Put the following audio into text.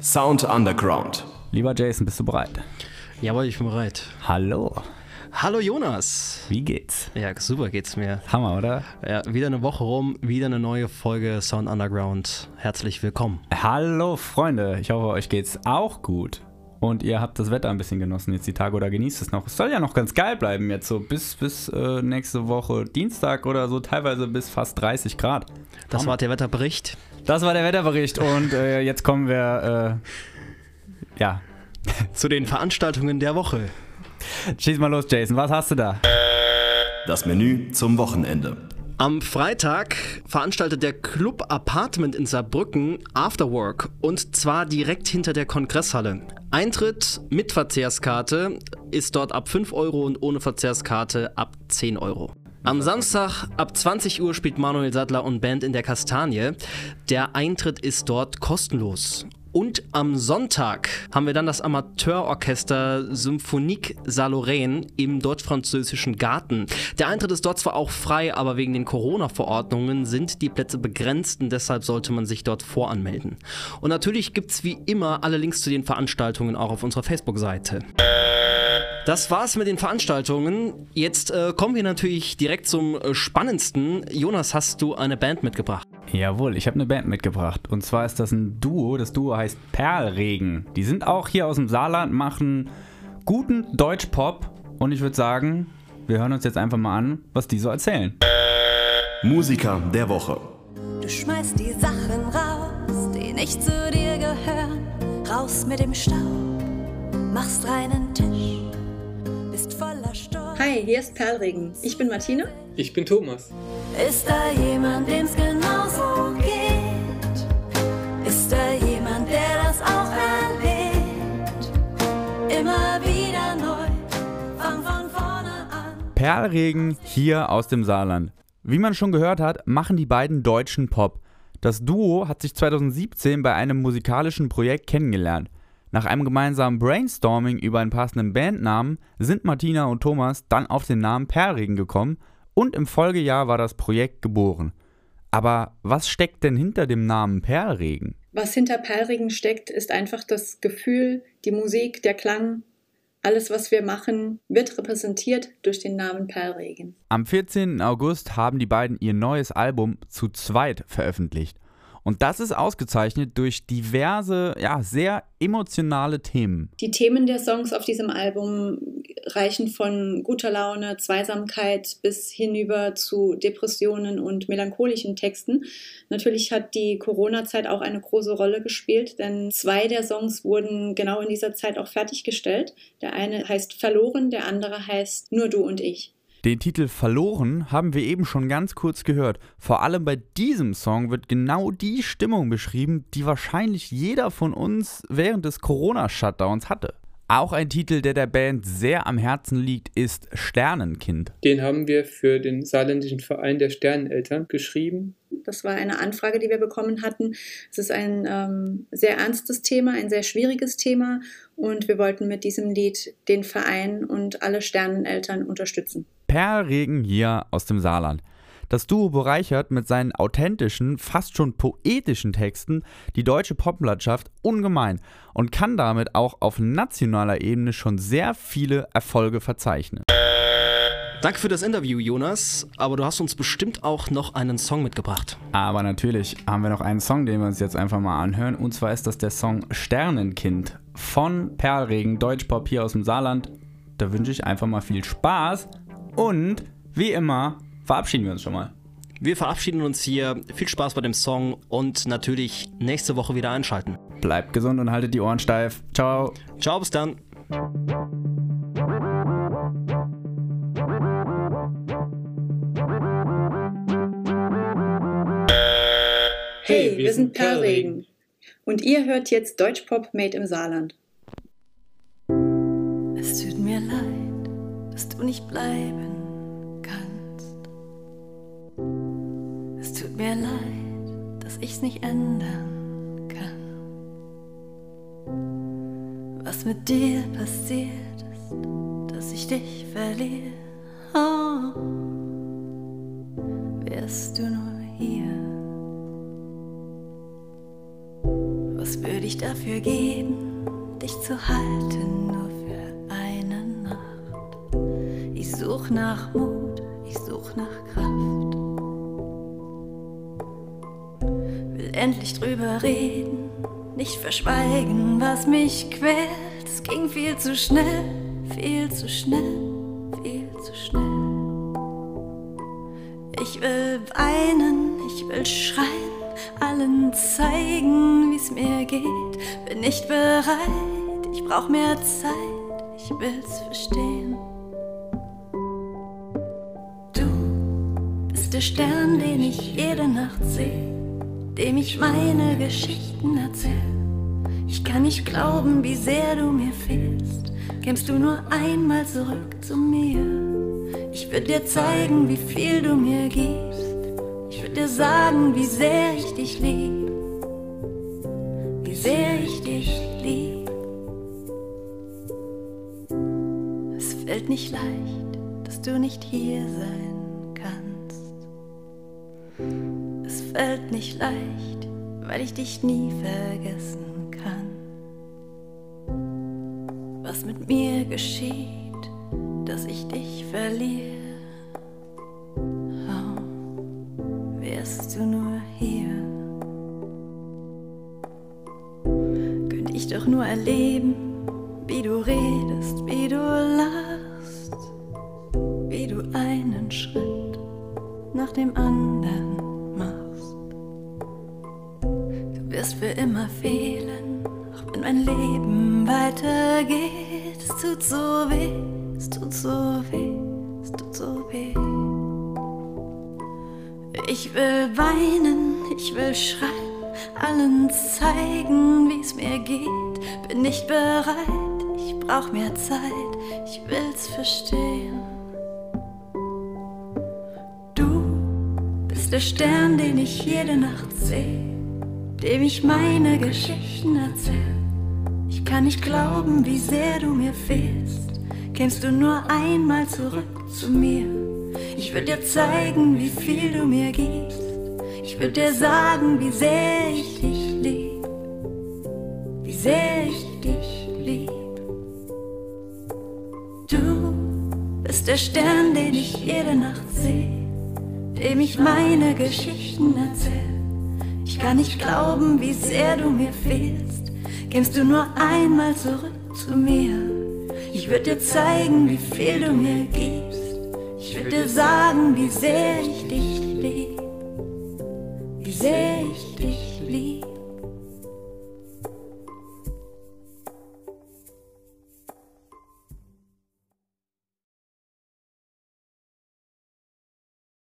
Sound Underground. Lieber Jason, bist du bereit? Jawohl, ich bin bereit. Hallo. Hallo Jonas. Wie geht's? Ja, super geht's mir. Hammer, oder? Ja, wieder eine Woche rum, wieder eine neue Folge Sound Underground. Herzlich willkommen. Hallo Freunde, ich hoffe, euch geht's auch gut. Und ihr habt das Wetter ein bisschen genossen jetzt die Tage oder genießt es noch. Es soll ja noch ganz geil bleiben jetzt so bis nächste Woche Dienstag oder so, teilweise bis fast 30 Grad. Das war der Wetterbericht. Das war der Wetterbericht und jetzt kommen wir, zu den Veranstaltungen der Woche. Schieß mal los, Jason, was hast du da? Das Menü zum Wochenende. Am Freitag veranstaltet der Club Apartment in Saarbrücken Afterwork und zwar direkt hinter der Kongresshalle. Eintritt mit Verzehrskarte ist dort ab 5 Euro und ohne Verzehrskarte ab 10 Euro. Am Samstag ab 20 Uhr spielt Manuel Sattler und Band in der Kastanie. Der Eintritt ist dort kostenlos. Und am Sonntag haben wir dann das Amateurorchester Symphonique Saint-Laurent im deutsch-französischen Garten. Der Eintritt ist dort zwar auch frei, aber wegen den Corona-Verordnungen sind die Plätze begrenzt und deshalb sollte man sich dort voranmelden. Und natürlich gibt es wie immer alle Links zu den Veranstaltungen auch auf unserer Facebook-Seite. Das war's mit den Veranstaltungen. Jetzt kommen wir natürlich direkt zum Spannendsten. Jonas, hast du eine Band mitgebracht? Jawohl, ich habe eine Band mitgebracht. Und zwar ist das ein Duo. Das Duo heißt Perlregen. Die sind auch hier aus dem Saarland, machen guten Deutschpop. Und ich würde sagen, wir hören uns jetzt einfach mal an, was die so erzählen. Musiker der Woche. Du schmeißt die Sachen raus, die nicht zu dir gehören. Raus mit dem Staub, machst reinen Tisch, bist voller Stolz. Hi, hier ist Perlregen. Ich bin Martine. Ich bin Thomas. Ist da jemand, dem's genauso geht? Ist da jemand, der das auch erlebt? Immer wieder neu, fang von vorne an. Perlregen hier aus dem Saarland. Wie man schon gehört hat, machen die beiden deutschen Pop. Das Duo hat sich 2017 bei einem musikalischen Projekt kennengelernt. Nach einem gemeinsamen Brainstorming über einen passenden Bandnamen sind Martina und Thomas dann auf den Namen Perlregen gekommen und im Folgejahr war das Projekt geboren. Aber was steckt denn hinter dem Namen Perlregen? Was hinter Perlregen steckt, ist einfach das Gefühl, die Musik, der Klang. Alles, was wir machen, wird repräsentiert durch den Namen Perlregen. Am 14. August haben die beiden ihr neues Album zu zweit veröffentlicht. Und das ist ausgezeichnet durch diverse, sehr emotionale Themen. Die Themen der Songs auf diesem Album reichen von guter Laune, Zweisamkeit bis hinüber zu Depressionen und melancholischen Texten. Natürlich hat die Corona-Zeit auch eine große Rolle gespielt, denn 2 der Songs wurden genau in dieser Zeit auch fertiggestellt. Der eine heißt Verloren, der andere heißt Nur du und ich. Den Titel Verloren haben wir eben schon ganz kurz gehört. Vor allem bei diesem Song wird genau die Stimmung beschrieben, die wahrscheinlich jeder von uns während des Corona-Shutdowns hatte. Auch ein Titel, der der Band sehr am Herzen liegt, ist Sternenkind. Den haben wir für den saarländischen Verein der Sterneneltern geschrieben. Das war eine Anfrage, die wir bekommen hatten. Es ist ein sehr ernstes Thema, ein sehr schwieriges Thema und wir wollten mit diesem Lied den Verein und alle Sterneneltern unterstützen. Perlregen hier aus dem Saarland. Das Duo bereichert mit seinen authentischen, fast schon poetischen Texten die deutsche Poplandschaft ungemein und kann damit auch auf nationaler Ebene schon sehr viele Erfolge verzeichnen. Danke für das Interview, Jonas. Aber du hast uns bestimmt auch noch einen Song mitgebracht. Aber natürlich haben wir noch einen Song, den wir uns jetzt einfach mal anhören. Und zwar ist das der Song Sternenkind von Perlregen, Deutschpop hier aus dem Saarland. Da wünsche ich einfach mal viel Spaß. Und wie immer verabschieden wir uns schon mal. Wir verabschieden uns hier. Viel Spaß bei dem Song und natürlich nächste Woche wieder einschalten. Bleibt gesund und haltet die Ohren steif. Ciao. Ciao, bis dann. Hey, wir sind Perlregen und ihr hört jetzt Deutschpop made im Saarland. Es tut mir leid, dass du nicht bleiben kannst. Es tut mir leid, dass ich's nicht ändern kann. Was mit dir passiert ist, dass ich dich verliere. Oh, wärst du nur hier. Was Was würde ich dafür geben, dich zu halten, nur für eine Nacht? Ich such nach Mut, ich such nach Kraft. Will endlich drüber reden, nicht verschweigen, was mich quält. Es ging viel zu schnell, viel zu schnell, viel zu schnell. Ich will weinen, ich will schreien, allen zeigen, wie's mir geht. Bin nicht bereit, ich brauch mehr Zeit, ich will's verstehen. Du bist der Stern, den ich jede Nacht sehe, dem ich meine Geschichten erzähl. Ich kann nicht glauben, wie sehr du mir fehlst. Kämst du nur einmal zurück zu mir, ich würd dir zeigen, wie viel du mir gibst. Ich würd dir sagen, wie sehr ich dich lieb, wie sehr ich dich lieb. Es fällt nicht leicht, dass du nicht hier sein kannst. Es fällt nicht leicht, weil ich dich nie vergessen kann. Was mit mir geschieht, dass ich dich verliere. Oh, wärst du nur hier, könnte ich doch nur erleben, wie du redest, wie du lachst, wie du einen Schritt nach dem anderen machst. Du wirst für immer fehlen, auch wenn mein Leben weitergeht. Es tut so weh, es tut so weh, es tut so weh. Ich will weinen, ich will schreien, allen zeigen, wie's mir geht. Bin nicht bereit, ich brauch mehr Zeit, ich will's verstehen. Du bist der Stern, den ich jede Nacht sehe, dem ich meine Geschichten erzähl. Ich kann nicht glauben, wie sehr du mir fehlst. Kämst du nur einmal zurück zu mir, ich würd dir zeigen, wie viel du mir gibst. Ich würd dir sagen, wie sehr ich dich lieb, wie sehr ich dich lieb. Du bist der Stern, den ich jede Nacht sehe, dem ich meine Geschichten erzähl. Ich kann nicht glauben, wie sehr du mir fehlst. Kämst du nur einmal zurück zu mir, ich würd dir zeigen, wie viel du mir gibst. Ich würd dir sagen, wie sehr ich dich